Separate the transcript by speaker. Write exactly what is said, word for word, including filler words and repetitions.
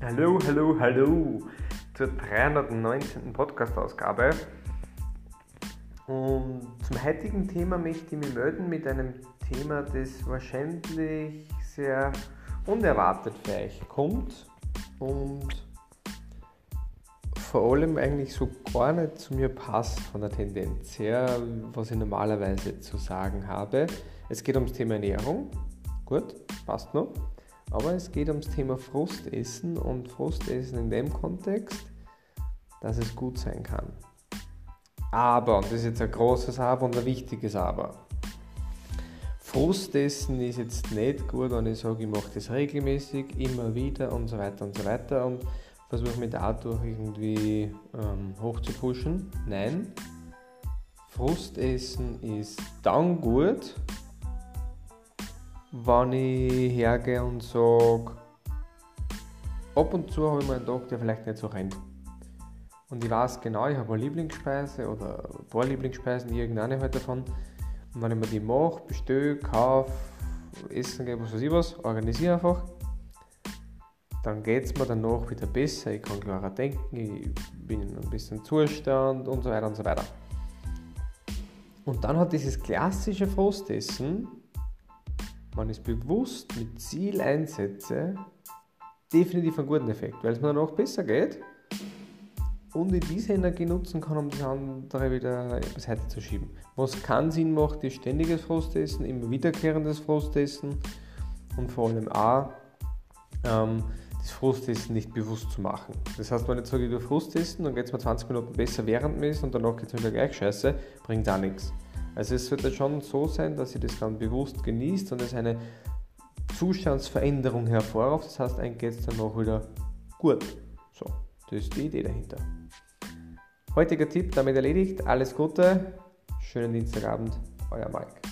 Speaker 1: Hallo, hallo, hallo zur dreihundertneunzehnten Podcast-Ausgabe. Und zum heutigen Thema möchte ich mich melden mit einem Thema, das wahrscheinlich sehr unerwartet für euch kommt und vor allem eigentlich so gar nicht zu mir passt von der Tendenz her, was ich normalerweise zu sagen habe. Es geht ums Thema Ernährung, gut, passt noch. Aber es geht ums Thema Frustessen und Frustessen in dem Kontext, dass es gut sein kann. Aber, und das ist jetzt ein großes Aber und ein wichtiges Aber, Frustessen ist jetzt nicht gut, wenn ich sage, ich mache das regelmäßig, immer wieder und so weiter und so weiter und versuche mich dadurch irgendwie ähm, hochzupushen. Nein, Frustessen ist dann gut, wenn ich hergehe und sage, ab und zu habe ich mal einen Tag, der vielleicht nicht so rennt. Und ich weiß genau, ich habe eine Lieblingsspeise oder ein paar Lieblingsspeisen, irgendeine halt davon. Und wenn ich mir die mache, bestelle, kaufe, essen gehe, was weiß ich was, organisiere einfach, dann geht es mir danach wieder besser, ich kann klarer denken, ich bin in einem bisschen Zustand und so weiter und so weiter. Und dann hat dieses klassische Frustessen, wenn ich es bewusst mit Ziel einsetze, definitiv einen guten Effekt, weil es mir danach besser geht und ich diese Energie nutzen kann, um das andere wieder bis heute zu schieben. Was keinen Sinn macht, ist ständiges Frustessen, immer wiederkehrendes Frustessen und vor allem auch ähm, das Frustessen nicht bewusst zu machen. Das heißt, wenn ich sage, ich tue Frustessen, dann geht es mir zwanzig Minuten besser während dem Essen und danach geht es wieder gleich scheiße, bringt auch nichts. Also es sollte schon so sein, dass ihr das dann bewusst genießt und es eine Zustandsveränderung hervorruft. Das heißt, eigentlich geht es danach wieder gut. So, das ist die Idee dahinter. Heutiger Tipp damit erledigt. Alles Gute, schönen Dienstagabend, euer Mike.